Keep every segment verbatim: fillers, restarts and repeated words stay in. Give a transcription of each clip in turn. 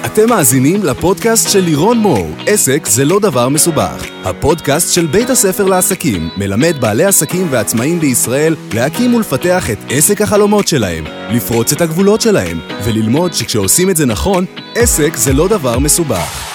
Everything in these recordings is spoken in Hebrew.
אתם מאזינים לפודקאסט של לירון מור, עסק זה לא דבר מסובך. הפודקאסט של בית הספר לעסקים מלמד בעלי עסקים ועצמאים בישראל להקים ולפתח את עסק החלומות שלהם, לפרוץ את הגבולות שלהם, וללמוד שכשעושים את זה נכון, עסק זה לא דבר מסובך.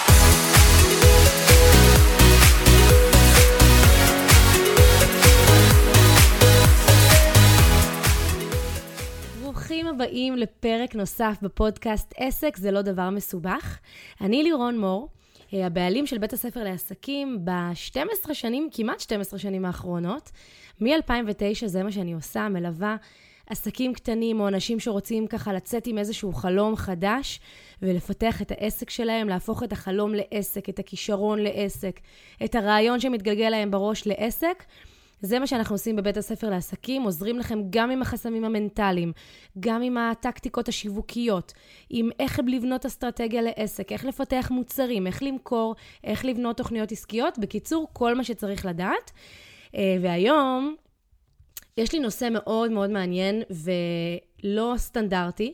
ברוכים הבאים לפרק נוסף בפודקאסט עסק זה לא דבר מסובך. אני לירון מור, הבעלים של בית הספר לעסקים ב-שתים עשרה שנים, כמעט שתים עשרה שנים האחרונות. מ-אלפיים ותשע זה מה שאני עושה, מלווה עסקים קטנים או אנשים שרוצים ככה לצאת עם איזשהו חלום חדש ולפתח את העסק שלהם, להפוך את החלום לעסק, את הכישרון לעסק, את הרעיון שמתגלגל להם בראש לעסק. זה מה שאנחנו עושים בבית הספר לעסקים, עוזרים לכם גם עם החסמים המנטליים, גם עם הטקטיקות השיווקיות, עם איך לבנות אסטרטגיה לעסק, איך לפתח מוצרים, איך למכור, איך לבנות תוכניות עסקיות, בקיצור, כל מה שצריך לדעת. והיום יש לי נושא מאוד מאוד מעניין ולא סטנדרטי,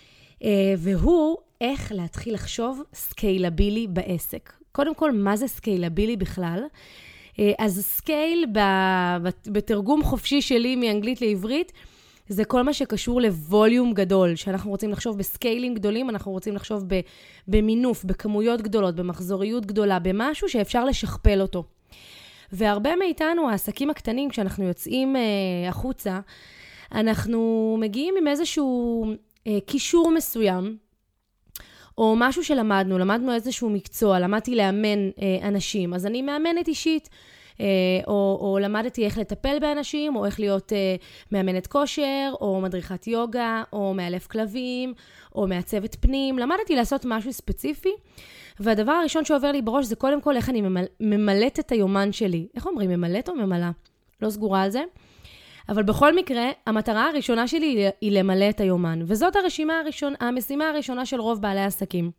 והוא איך להתחיל לחשוב סקיילבילי בעסק. קודם כל, מה זה סקיילבילי בכלל? אז סקייל בתרגום חופשי שלי מאנגלית לעברית, זה כל מה שקשור לווליום גדול, שאנחנו רוצים לחשוב בסקיילינג גדולים, אנחנו רוצים לחשוב במינוף, בכמויות גדולות, במחזוריות גדולה, במשהו שאפשר לשכפל אותו. והרבה מאיתנו, העסקים הקטנים, כשאנחנו יוצאים החוצה, אנחנו מגיעים עם איזשהו קישור מסוים, או משהו שלמדנו, למדנו איזשהו מקצוע, למדתי לאמן אה, אנשים, אז אני מאמנת אישית, אה, או, או למדתי איך לטפל באנשים, או איך להיות אה, מאמנת כושר, או מדריכת יוגה, או מאלף כלבים, או מעצבת פנים, למדתי לעשות משהו ספציפי, והדבר הראשון שעובר לי בראש זה קודם כל איך אני ממל... ממלאת את היומן שלי. איך אומרים, ממלאת או ממלאה? לא סגורה על זה. אבל בכל מקרה, המטרה הראשונה שלי היא למלא את היומן, וזאת הרשימה הראשונה, המשימה הראשונה של רוב בעלי העסקים.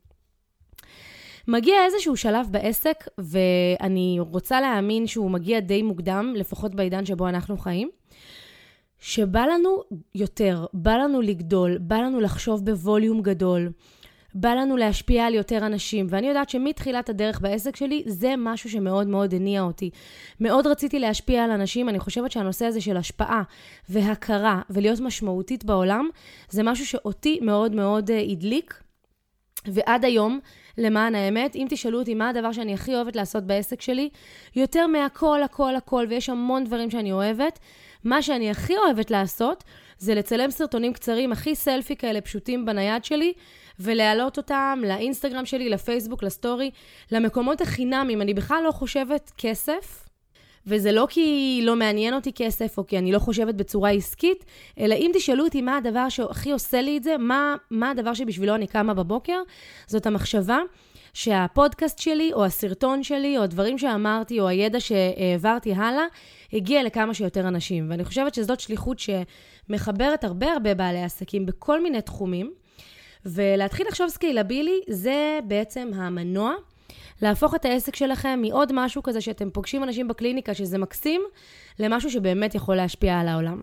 מגיע איזשהו שלב בעסק, ואני רוצה להאמין שהוא מגיע די מוקדם, לפחות בעידן שבו אנחנו חיים, שבא לנו יותר, בא לנו לגדול, בא לנו לחשוב בווליום גדול, בא לנו להשפיע על יותר אנשים, ואני יודעת שמתחילת הדרך בעסק שלי, זה משהו שמאוד מאוד הניע אותי. מאוד רציתי להשפיע על אנשים, אני חושבת שהנושא הזה של השפעה והכרה ולהיות משמעותית בעולם, זה משהו שאותי מאוד מאוד הדליק, ועד היום, למען האמת, אם תשאלו אותי מה הדבר שאני הכי אוהבת לעשות בעסק שלי, יותר מהכל, הכל, הכל, ויש המון דברים שאני אוהבת, מה שאני הכי אוהבת לעשות, זה לצלם סרטונים קצרים, הכי סלפי כאלה פשוטים בנייד שלי, ולהעלות אותם לאינסטגרם שלי, לפייסבוק, לסטורי, למקומות החינמים. אני בכלל לא חושבת כסף, וזה לא כי לא מעניין אותי כסף, או כי אני לא חושבת בצורה עסקית, אלא אם תשאלו אותי מה הדבר שהכי עושה לי את זה, מה, מה הדבר שבשבילו אני קמה בבוקר, זאת המחשבה שהפודקאסט שלי, או הסרטון שלי, או הדברים שאמרתי, או הידע שהעברתי הלאה, הגיע לכמה שיותר אנשים. ואני חושבת שזאת שליחות שמחברת הרבה הרבה בעלי עסקים בכל מיני תחומים, ולהתחיל לחשוב סקיילבילי, זה בעצם המנוע, להפוך את העסק שלכם מעוד משהו כזה שאתם פוגשים אנשים בקליניקה שזה מקסים, למשהו שבאמת יכול להשפיע על העולם.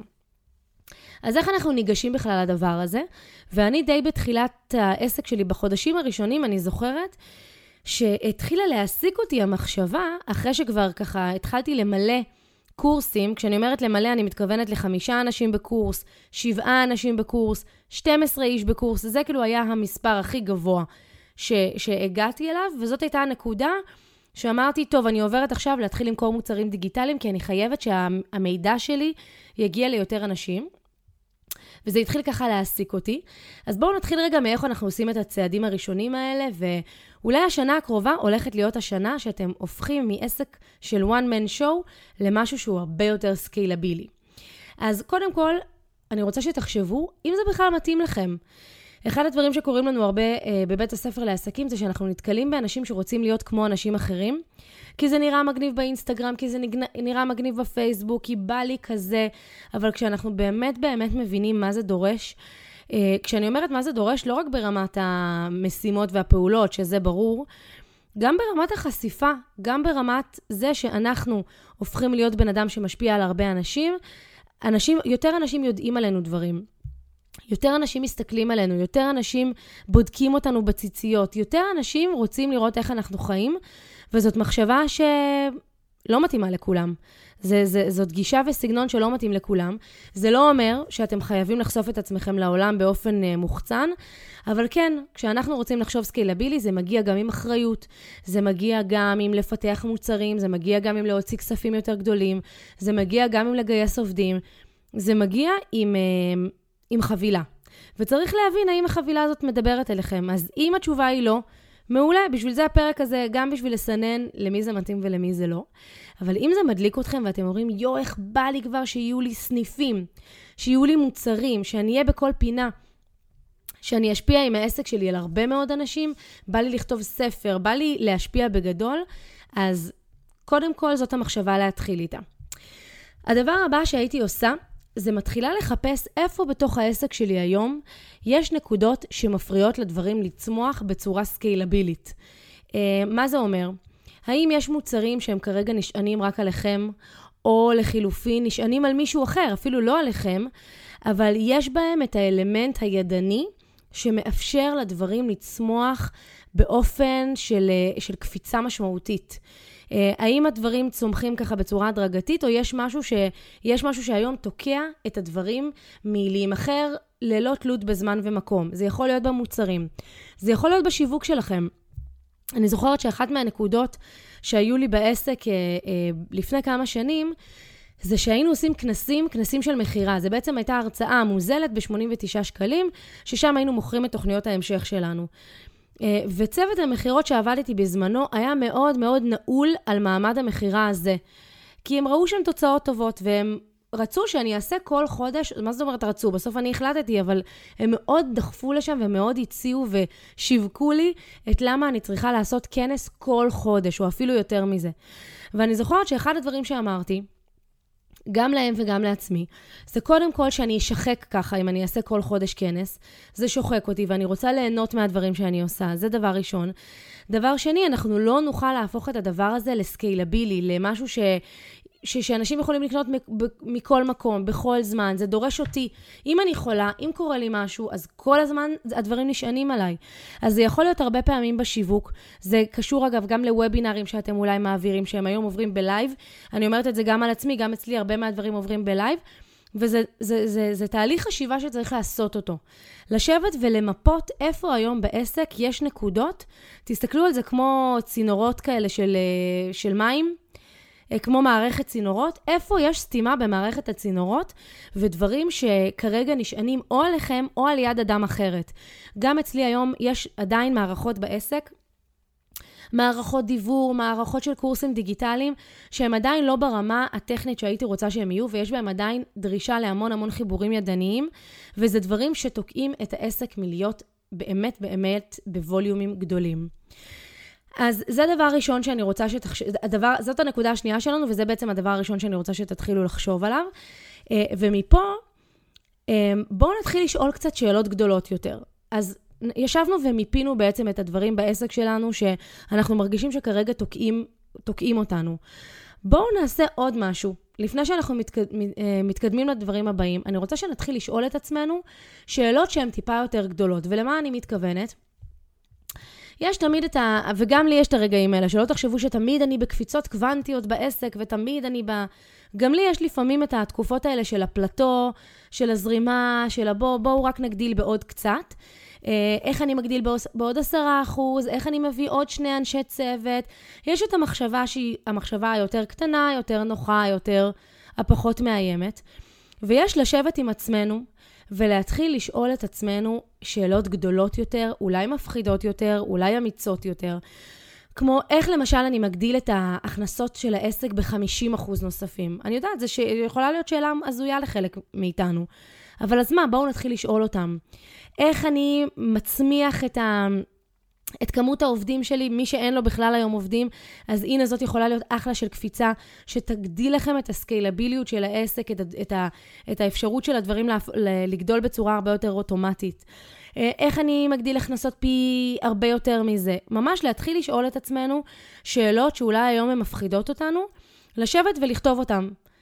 אז איך אנחנו ניגשים בכלל לדבר הזה? ואני די בתחילת העסק שלי בחודשים הראשונים, אני זוכרת, שהתחילה להעסיק אותי המחשבה, אחרי שכבר ככה התחלתי למלא קורסים, כשאני אומרת למלא, אני מתכוונת לחמישה אנשים בקורס, שבעה אנשים בקורס, שתים עשרה איש בקורס, זה כאילו היה המספר הכי גבוה ש, שהגעתי אליו, וזאת הייתה הנקודה שאמרתי, טוב, אני עוברת עכשיו להתחיל למכור מוצרים דיגיטליים, כי אני חייבת שהמידע שלי יגיע ליותר אנשים, וזה התחיל ככה להעסיק אותי. אז בואו נתחיל רגע מאיך אנחנו עושים את הצעדים הראשונים האלה, ואולי השנה הקרובה הולכת להיות השנה שאתם הופכים מעסק של one man show למשהו שהוא הרבה יותר סקיילבילי. אז קודם כל, אני רוצה שתחשבו אם זה בכלל מתאים לכם. אחד הדברים שקוראים לנו הרבה אה, בבית הספר לעסקים זה שאנחנו נתקלים באנשים שרוצים להיות כמו אנשים אחרים, כי זה נראה מגניב באינסטגרם, כי זה נראה מגניב בפייסבוק, כי בא לי כזה, אבל כשאנחנו באמת באמת מבינים מה זה דורש, אה, כשאני אומרת מה זה דורש, לא רק ברמת המשימות והפעולות, שזה ברור, גם ברמת החשיפה, גם ברמת זה שאנחנו הופכים להיות בן אדם שמשפיע על הרבה אנשים, אנשים יותר אנשים יודעים עלינו דברים. יותר אנשים מסתכלים עלינו, יותר אנשים בודקים אותנו בציציות, יותר אנשים רוצים לראות איך אנחנו חיים, וזאת מחשבה שלא מתאימה לכולם. זה, זה, זאת גישה וסגנון שלא מתאים לכולם. זה לא אומר שאתם חייבים לחשוף את עצמכם לעולם באופן uh, מוחצן, אבל כן, כשאנחנו רוצים לחשוב סקיילבילי, זה מגיע גם עם אחריות, זה מגיע גם עם לפתח מוצרים, זה מגיע גם עם להוציא כספים יותר גדולים, זה מגיע גם עם לגייס עובדים, זה מגיע עם, uh, עם חבילה. וצריך להבין האם החבילה הזאת מדברת אליכם. אז אם התשובה היא לא, מעולה, בשביל זה הפרק הזה, גם בשביל לסנן למי זה מתאים ולמי זה לא. אבל אם זה מדליק אתכם ואתם אומרים, יו, איך בא לי כבר שיהיו לי סניפים, שיהיו לי מוצרים, שאני אהיה בכל פינה, שאני אשפיע עם העסק שלי על הרבה מאוד אנשים, בא לי לכתוב ספר, בא לי להשפיע בגדול, אז קודם כל זאת המחשבה להתחיל איתה. הדבר הבא שהייתי עושה, זה מתחילה לחפש איפה בתוך העסק שלי היום יש נקודות שמפריעות לדברים לצמוח בצורה סקיילבילית. מה זה אומר? האם יש מוצרים שהם כרגע נשענים רק עליכם, או לחילופין נשענים על מישהו אחר, אפילו לא עליכם, אבל יש בהם את האלמנט הידני שמאפשר לדברים לצמוח באופן של, של קפיצה משמעותית. האם הדברים צומחים ככה בצורה הדרגתית, או יש משהו, ש... יש משהו שהיום תוקע את הדברים מלהימחר ללא תלות בזמן ומקום. זה יכול להיות במוצרים. זה יכול להיות בשיווק שלכם. אני זוכרת שאחת מהנקודות שהיו לי בעסק לפני כמה שנים, זה שהיינו עושים כנסים, כנסים של מחירה. זה בעצם הייתה הרצאה מוזלת ב-שמונים ותשעה שקלים, ששם היינו מוכרים את תוכניות ההמשך שלנו. וצוות המחירות שעבדתי בזמנו היה מאוד מאוד נעול על מעמד המחירה הזה. כי הם ראו שהם תוצאות טובות, והם רצו שאני אעשה כל חודש, מה זאת אומרת רצו? בסוף אני החלטתי, אבל הם מאוד דחפו לשם ומאוד הציעו ושיווקו לי את למה אני צריכה לעשות כנס כל חודש, או אפילו יותר מזה. ואני זוכרת שאחד הדברים שאמרתי, גם להם וגם לעצמי, זה קודם כל שאני אשחק ככה, אם אני אעשה כל חודש כנס, זה שוחק אותי, ואני רוצה ליהנות מהדברים שאני עושה, זה דבר ראשון. דבר שני, אנחנו לא נוכל להפוך את הדבר הזה לסקיילבילי, למשהו ש... ש... שאנשים יכולים לקנות מ... מכל מקום, בכל זמן, זה דורש אותי. אם אני חולה, אם קורה לי משהו, אז כל הזמן הדברים נשענים עליי. אז זה יכול להיות הרבה פעמים בשיווק, זה קשור אגב גם לוובינרים שאתם אולי מעבירים, שהם היום עוברים בלייב, אני אומרת את זה גם על עצמי, גם אצלי הרבה מהדברים עוברים בלייב, וזה זה, זה, זה תהליך חשיבה שצריך לעשות אותו. לשבת ולמפות איפה היום בעסק יש נקודות, תסתכלו על זה כמו צינורות כאלה של, של מים, כמו מערכת צינורות, איפה יש סתימה במערכת הצינורות, ודברים שכרגע נשענים או עליכם או על יד אדם אחרת. גם אצלי היום יש עדיין מערכות בעסק, מערכות דיבור, מערכות של קורסים דיגיטליים, שהם עדיין לא ברמה הטכנית שהייתי רוצה שהם יהיו, ויש בהם עדיין דרישה להמון המון חיבורים ידניים, וזה דברים שתוקעים את העסק מלהיות באמת באמת בווליומים גדולים. אז זה דבר ראשון שאני רוצה שתחשב, הדבר, זאת הנקודה השנייה שלנו, וזה בעצם הדבר הראשון שאני רוצה שתתחילו לחשוב עליו. ומפה, בואו נתחיל לשאול קצת שאלות גדולות יותר. אז ישבנו ומיפינו בעצם את הדברים בעסק שלנו, שאנחנו מרגישים שכרגע תוקעים, תוקעים אותנו. בואו נעשה עוד משהו. לפני שאנחנו מתקד... מתקדמים לדברים הבאים, אני רוצה שנתחיל לשאול את עצמנו שאלות שהן טיפה יותר גדולות. ולמה אני מתכוונת? יש תמיד את ה... וגם לי יש את הרגעים האלה, שלא תחשבו שתמיד אני בקפיצות קוונטיות בעסק, ותמיד אני ב... גם לי יש לפעמים את התקופות האלה של הפלטו, של הזרימה, של הבוא, בואו רק נגדיל בעוד קצת. איך אני מגדיל בעוד עשרה אחוז, איך אני מביא עוד שני אנשי צוות. יש את המחשבה שהיא המחשבה היותר קטנה, יותר נוחה, יותר הפחות מאיימת. ויש לשבת עם עצמנו, ולהתחיל לשאול את עצמנו שאלות גדולות יותר, אולי מפחידות יותר, אולי אמיצות יותר. כמו איך למשל אני מגדיל את ההכנסות של העסק ב-חמישים אחוז נוספים. אני יודעת, זה יכולה להיות שאלה הזויה לחלק מאיתנו. אבל אז מה, בואו נתחיל לשאול אותם. איך אני מצמיח את ה... את כמות העובדים שלי, מי שאין לו בכלל היום עובדים, אז הנה זאת יכולה להיות אחלה של קפיצה, שתגדיל לכם את הסקיילביליות של העסק, את, את, ה, את האפשרות של הדברים לה, לגדול בצורה הרבה יותר אוטומטית. איך אני מגדיל הכנסות פי הרבה יותר מזה? ממש להתחיל לשאול את עצמנו שאלות שאולי היום הן מפחידות אותנו, לשבת ולכתוב אותן.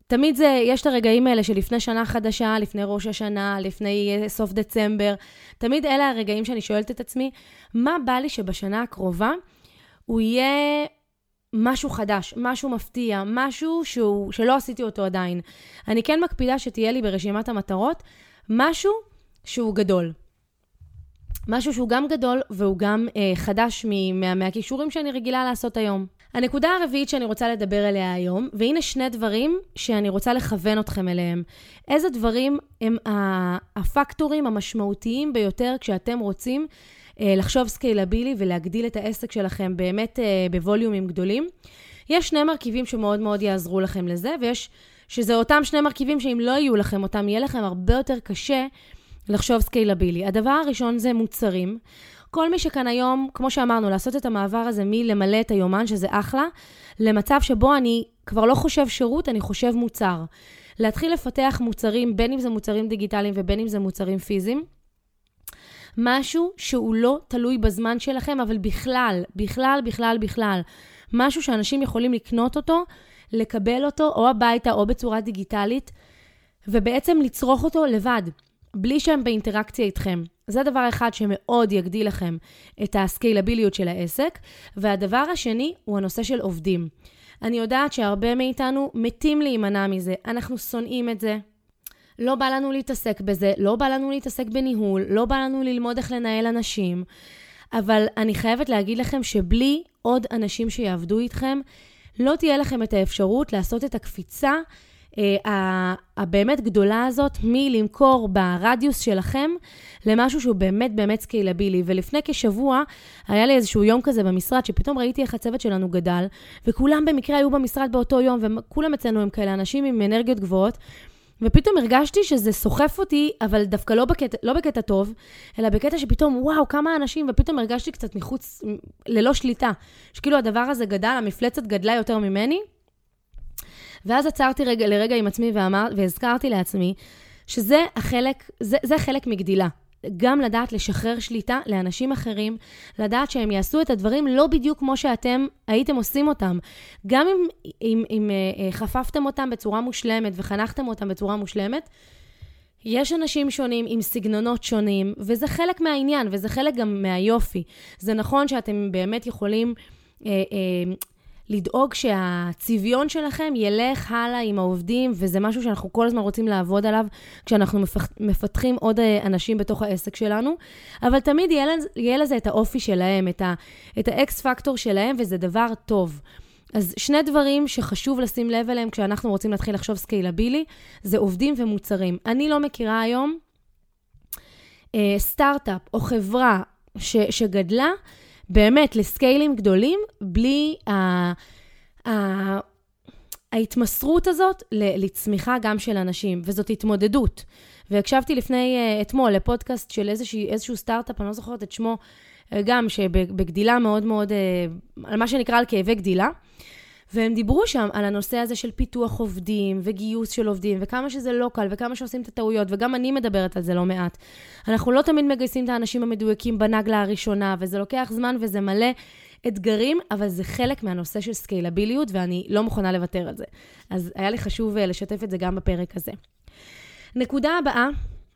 תמיד זה, יש את הרגעים האלה שלפני שנה חדשה, לפני ראש השנה, לפני סוף דצמבר, תמיד אלה הרגעים שאני שואלת את עצמי, מה בא לי שבשנה הקרובה הוא יהיה משהו חדש, משהו מפתיע, משהו שהוא, שלא עשיתי אותו עדיין. אני כן מקפידה שתהיה לי ברשימת המטרות, משהו שהוא גדול. משהו שהוא גם גדול והוא גם אה, חדש מה, מהכישורים שאני רגילה לעשות היום. הנקודה הרביעית שאני רוצה לדבר עליה היום, והנה שני דברים שאני רוצה לכוון אתכם אליהם. איזה דברים הם הפקטורים המשמעותיים ביותר כשאתם רוצים אה, לחשוב סקיילבילי ולהגדיל את העסק שלכם באמת אה, בווליומים גדולים. יש שני מרכיבים שמאוד מאוד יעזרו לכם לזה, ויש שזה אותם שני מרכיבים שאם לא יהיו לכם אותם, יהיה לכם הרבה יותר קשה לחשוב סקיילבילי. הדבר הראשון זה מוצרים. כל מי שכאן היום, כמו שאמרנו, לעשות את המעבר הזה מלמלא את היומן, שזה אחלה, למצב שבו אני כבר לא חושב שירות, אני חושב מוצר. להתחיל לפתח מוצרים, בין אם זה מוצרים דיגיטליים ובין אם זה מוצרים פיזיים. משהו שהוא לא תלוי בזמן שלכם, אבל בכלל, בכלל, בכלל, בכלל. משהו שאנשים יכולים לקנות אותו, לקבל אותו או הביתה או בצורה דיגיטלית, ובעצם לצרוך אותו לבד. בלי שהם באינטראקציה איתכם. זה דבר אחד שמאוד יגדיל לכם את הסקיילביליות של העסק. והדבר השני הוא הנושא של עובדים. אני יודעת שהרבה מאיתנו מתים להימנע מזה. אנחנו שונאים את זה. לא בא לנו להתעסק בזה, לא בא לנו להתעסק בניהול, לא בא לנו ללמוד איך לנהל אנשים. אבל אני חייבת להגיד לכם שבלי עוד אנשים שיעבדו איתכם, לא תהיה לכם את האפשרות לעשות את הקפיצה הבאמת גדולה הזאת מלמכור ברדיוס שלכם למשהו שהוא באמת באמת סקיילבילי. ולפני כשבוע היה לי איזשהו יום כזה במשרד שפתאום ראיתי איך הצוות שלנו גדל, וכולם במקרה היו במשרד באותו יום, וכולם אצלנו הם כאלה אנשים עם אנרגיות גבוהות, ופתאום הרגשתי שזה סוחף אותי, אבל דווקא לא בקטע, לא בקטע טוב, אלא בקטע שפתאום וואו כמה אנשים, ופתאום הרגשתי קצת מחוץ, ללא שליטה, שכאילו הדבר הזה גדל, המפלצת גדלה יותר ממני. ואז עצרתי רגע, לרגע עם עצמי ואמר, והזכרתי לעצמי שזה החלק, זה, זה חלק מגדילה. גם לדעת לשחרר שליטה לאנשים אחרים, לדעת שהם יעשו את הדברים לא בדיוק כמו שאתם הייתם עושים אותם. גם אם, אם, אם אם חפפתם אותם בצורה מושלמת וחנכתם אותם בצורה מושלמת, יש אנשים שונים עם סגנונות שונים, וזה חלק מהעניין, וזה חלק גם מהיופי. זה נכון שאתם באמת יכולים אה, אה, לדאוג שהצביון שלכם ילך הלאה עם העובדים, וזה משהו שאנחנו כל הזמן רוצים לעבוד עליו, כשאנחנו מפתחים עוד אנשים בתוך העסק שלנו, אבל תמיד יהיה לזה, יהיה לזה את האופי שלהם, את, ה, את האקס פקטור שלהם, וזה דבר טוב. אז שני דברים שחשוב לשים לב אליהם, כשאנחנו רוצים להתחיל לחשוב סקיילבילי, זה עובדים ומוצרים. אני לא מכירה היום אה, סטארט-אפ או חברה ש, שגדלה, באמת, לסקיילים גדולים, בלי ה, ה, ההתמסרות הזאת לצמיחה גם של אנשים, וזאת התמודדות. והקשבתי לפני, אתמול, לפודקאסט של איזשהו, איזשהו סטארט-אפ, אני לא זוכרת את שמו, גם שבגדילה מאוד מאוד, על מה שנקרא על כאבי גדילה, והם דיברו שם על הנושא הזה של פיתוח עובדים וגיוס של עובדים, וכמה שזה לא קל, וכמה שעושים את הטעויות, וגם אני מדברת על זה לא מעט. אנחנו לא תמיד מגייסים את האנשים המדויקים בנגלה הראשונה, וזה לוקח זמן וזה מלא אתגרים, אבל זה חלק מהנושא של סקיילביליות, ואני לא מוכנה לוותר על זה. אז היה לי חשוב לשתף את זה גם בפרק הזה. נקודה הבאה,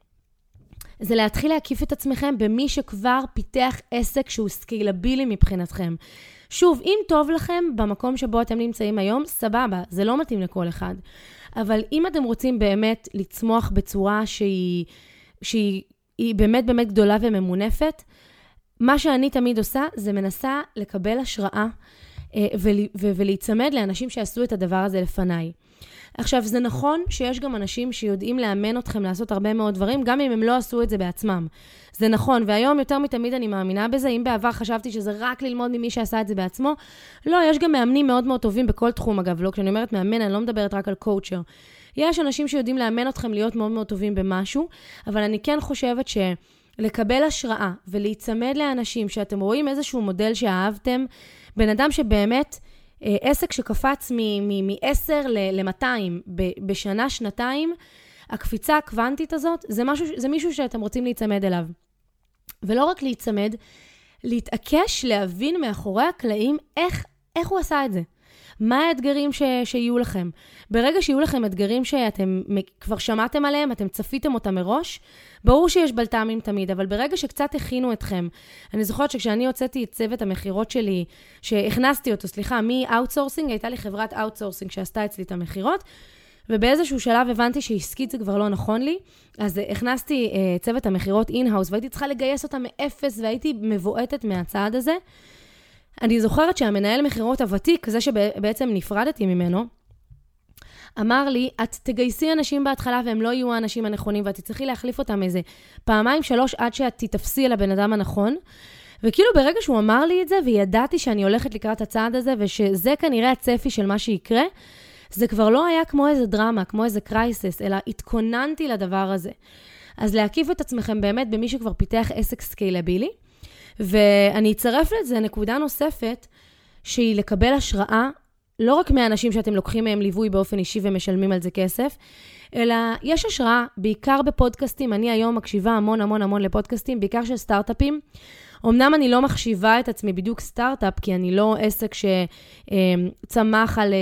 זה להתחיל להקיף את עצמכם במי שכבר פיתח עסק שהוא סקיילבילי מבחינתכם. שוב, אם טוב לכם במקום שבו אתם נמצאים היום, סבבה, זה לא מתאים לכל אחד. אבל אם אתם רוצים באמת לצמוח בצורה שהיא, שהיא היא באמת באמת גדולה וממונפת, מה שאני תמיד עושה, זה מנסה לקבל השראה ולהיצמד לאנשים שעשו את הדבר הזה לפניי. עכשיו, זה נכון שיש גם אנשים שיודעים לאמן אתכם לעשות הרבה מאוד דברים, גם אם הם לא עשו את זה בעצמם. זה נכון, והיום יותר מתמיד אני מאמינה בזה, אם בעבר חשבתי שזה רק ללמוד ממי שעשה את זה בעצמו, לא, יש גם מאמנים מאוד מאוד טובים בכל תחום, אגב, לא, כשאני אומרת מאמן, אני לא מדברת רק על קואוצ'ר. יש אנשים שיודעים לאמן אתכם להיות מאוד מאוד טובים במשהו, אבל אני כן חושבת שלקבל השראה ולהיצמד לאנשים שאתם רואים איזשהו מודל שאהבתם, בן אדם שבאמת עסק שקפץ מ-עשר ל-מאתיים בשנה, שנתיים, הקפיצה הקוונטית הזאת, זה, משהו, זה מישהו שאתם רוצים להיצמד אליו. ולא רק להיצמד, להתעקש להבין מאחורי הקלעים איך, איך הוא עשה את זה. מה האתגרים ש... שיהיו לכם? ברגע שיהיו לכם אתגרים שאתם כבר שמעתם עליהם, אתם צפיתם אותם מראש, ברור שיש בלת"מים תמיד, אבל ברגע שקצת הכינו אתכם, אני זוכרת שכשאני הוצאתי את צוות המחירות שלי, שהכנסתי אותו, סליחה, מ-outsourcing, הייתה לי חברת outsourcing שעשתה אצלי את המחירות, ובאיזשהו שלב הבנתי שעסקית זה כבר לא נכון לי, אז הכנסתי uh, צוות המחירות אין-האוס, והייתי צריכה לגייס אותה מאפס, והייתי מבועטת מהצעד הזה. אני זוכרת שהמנהל מחירות הוותיק, זה שבעצם נפרדתי ממנו, אמר לי, את תגייסי אנשים בהתחלה, והם לא יהיו האנשים הנכונים, ואת תצטרכי להחליף אותם איזה פעמיים, שלוש, עד שאת תתפסי על הבן אדם הנכון. וכאילו ברגע שהוא אמר לי את זה, וידעתי שאני הולכת לקראת הצעד הזה, ושזה כנראה הצפי של מה שיקרה, זה כבר לא היה כמו איזה דרמה, כמו איזה קרייסס, אלא התכוננתי לדבר הזה. אז להקיף את עצמכם באמת במי שכבר פיתח עסק סקיילבילי, ואני אצרף לזה נקודה נוספת, שהיא לקבל השראה, לא רק מהאנשים שאתם לוקחים מהם ליווי באופן אישי ומשלמים על זה כסף, אלא יש השראה, בעיקר בפודקאסטים, אני היום מקשיבה המון המון המון לפודקאסטים, בעיקר של סטארט-אפים. אמנם אני לא מחשיבה את עצמי בדיוק סטארט-אפ, כי אני לא עסק שצמח על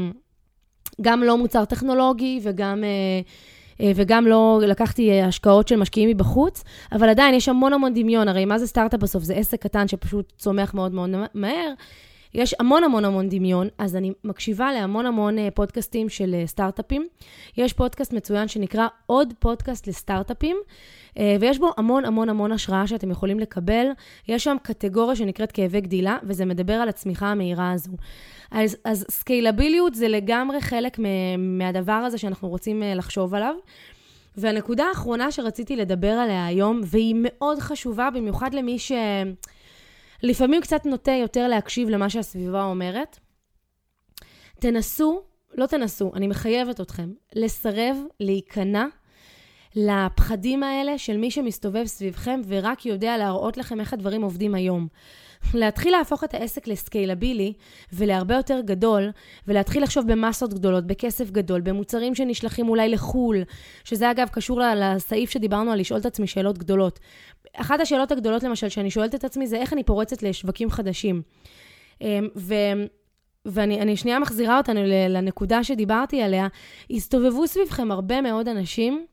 גם לא מוצר טכנולוגי וגם, וגם לא לקחתי השקעות של משקיעים מבחוץ, אבל עדיין יש המון המון דמיון, הרי מה זה סטארט-אפ בסוף? זה עסק קטן שפשוט צומח מאוד מאוד מהר, יש המון המון המון דמיון, אז אני מקשיבה להמון המון פודקאסטים של סטארט-אפים. יש פודקאסט מצוין שנקרא עוד פודקאסט לסטארט-אפים, ויש בו המון המון המון השראה שאתם יכולים לקבל. יש שם קטגוריה שנקראת כאבי גדילה, וזה מדבר על הצמיחה המהירה הזו. אז, אז סקיילביליות זה לגמרי חלק מהדבר הזה שאנחנו רוצים לחשוב עליו. והנקודה האחרונה שרציתי לדבר עליה היום, והיא מאוד חשובה, במיוחד למי ש... לפעמים קצת נוטה יותר להקשיב למה שהסביבה אומרת. תנסו, לא תנסו, אני מחייבת אתכם, לסרב, להיכנע לפחדים האלה של מי שמסתובב סביבכם, ורק יודע להראות לכם איך הדברים עובדים היום. להתחיל להפוך את העסק לסקיילבילי, ולהרבה יותר גדול, ולהתחיל לחשוב במסות גדולות, בכסף גדול, במוצרים שנשלחים אולי לחול, שזה אגב קשור לסעיף שדיברנו על לשאול את עצמי שאלות גדולות. אחת השאלות הגדולות למשל שאני שואלת את עצמי זה איך אני פורצת לשווקים חדשים. ו... ואני אני שנייה מחזירה אותנו לנקודה שדיברתי עליה, הסתובבו סביבכם הרבה מאוד אנשים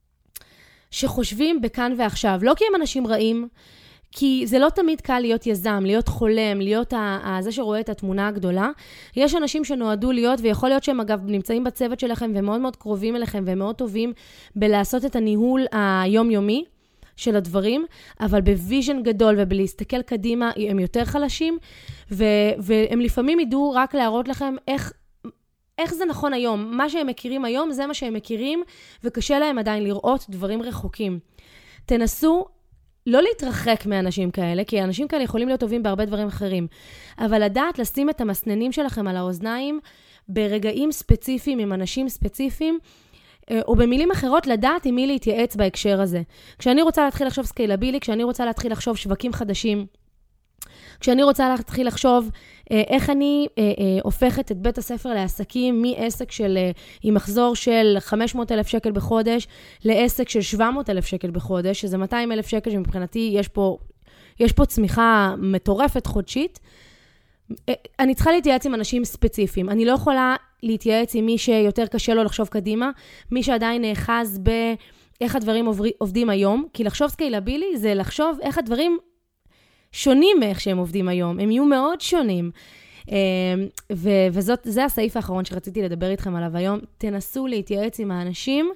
שחושבים בכאן ועכשיו, לא כי הם אנשים רעים, כי זה לא תמיד קל להיות יזם, להיות חולם, להיות זה שרואה את התמונה הגדולה. יש אנשים שנועדו להיות, ויכול להיות שהם אגב נמצאים בצוות שלכם ומאוד מאוד קרובים אליכם ומאוד טובים בלעשות את הניהול היומיומי של הדברים, אבל בוויז'ן גדול ובלהסתכל קדימה הם יותר חלשים, ו- והם לפעמים ידעו רק להראות לכם איך, איך זה נכון היום. מה שהם מכירים היום זה מה שהם מכירים, וקשה להם עדיין לראות דברים רחוקים. תנסו לא להתרחק מאנשים כאלה, כי אנשים כאלה יכולים להיות טובים בהרבה דברים אחרים, אבל לדעת לשים את המסננים שלכם על האוזניים, ברגעים ספציפיים עם אנשים ספציפיים, או במילים אחרות, לדעת עם מי להתייעץ בהקשר הזה. כשאני רוצה להתחיל לחשוב סקיילבילי, כשאני רוצה להתחיל לחשוב שווקים חדשים, כשאני רוצה להתחיל לחשוב איך אני הופכת את בית הספר לעסקים מעסק של, עם מחזור של חמש מאות אלף שקל בחודש, לעסק של שבע מאות אלף שקל בחודש, שזה מאתיים אלף שקל שמבחינתי יש פה, יש פה צמיחה מטורפת חודשית. אני צריכה להתייעץ עם אנשים ספציפיים. אני לא יכולה להתייעץ עם מי שיותר קשה לו לחשוב קדימה, מי שעדיין נאחז באיך הדברים עובדים היום, כי לחשוב סקיילבילי זה לחשוב איך הדברים שונים מאיך שהם עובדים היום. הם יהיו מאוד שונים. וזאת, זה הסעיף האחרון שרציתי לדבר איתכם עליו היום. תנסו להתייעץ עם האנשים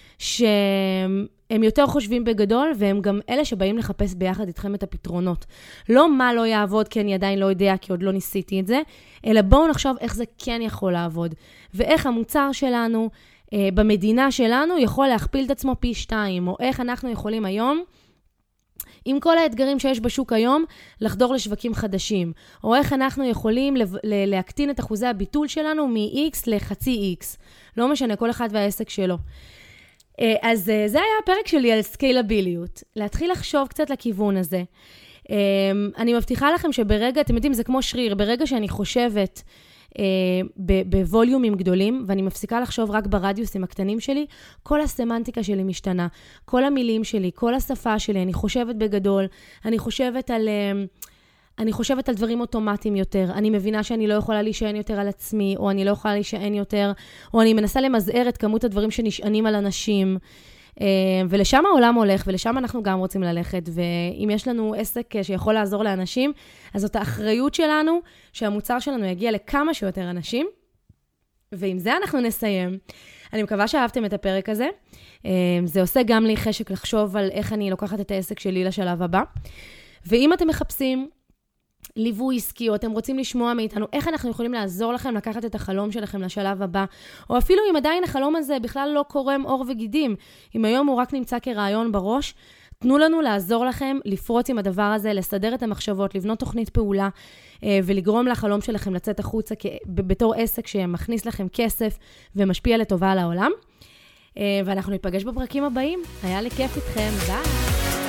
שהם יותר חושבים בגדול, והם גם אלה שבאים לחפש ביחד איתכם את הפתרונות. לא מה לא יעבוד, כי אני עדיין לא יודע, כי עוד לא ניסיתי את זה, אלא בואו נחשוב איך זה כן יכול לעבוד, ואיך המוצר שלנו, במדינה שלנו, יכול להכפיל את עצמו פי שתיים, או איך אנחנו יכולים היום, עם כל האתגרים שיש בשוק היום, לחדור לשווקים חדשים, או איך אנחנו יכולים להקטין את אחוזי הביטול שלנו מ-X לחצי X. לא משנה, כל אחד והעסק שלו. אז זה היה הפרק שלי על סקיילביליות. להתחיל לחשוב קצת לכיוון הזה. אני מבטיחה לכם שברגע, אתם יודעים, זה כמו שריר, ברגע שאני חושבת בווליומים גדולים, ואני מפסיקה לחשוב רק ברדיוסים הקטנים שלי, כל הסמנטיקה שלי משתנה, כל המילים שלי, כל השפה שלי, אני חושבת בגדול, אני חושבת על, אני חושבת על דברים אוטומטיים יותר, אני מבינה שאני לא יכולה להישען יותר על עצמי, או אני לא יכולה להישען יותר, או אני מנסה למזער את כמות הדברים שנשענים על אנשים, ולשם העולם הולך, ולשם אנחנו גם רוצים ללכת, ואם יש לנו עסק שיכול לעזור לאנשים, אז זאת האחריות שלנו, שהמוצר שלנו יגיע לכמה שיותר אנשים, ועם זה אנחנו נסיים. אני מקווה שאהבתם את הפרק הזה. זה עושה גם לי חשק לחשוב על איך אני לוקחת את העסק שלי לשלב הבא. ואם אתם מחפשים ליווי עסקי, או אתם רוצים לשמוע מאיתנו איך אנחנו יכולים לעזור לכם לקחת את החלום שלכם לשלב הבא, או אפילו אם עדיין החלום הזה בכלל לא קורם אור וגידים, אם היום הוא רק נמצא כרעיון בראש, תנו לנו לעזור לכם לפרוץ עם הדבר הזה, לסדר את המחשבות, לבנות תוכנית פעולה, ולגרום לחלום שלכם לצאת החוצה בתור עסק שמכניס לכם כסף ומשפיע לטובה על העולם. ואנחנו ניפגש בפרקים הבאים. היה לי כיף איתכם. ביי!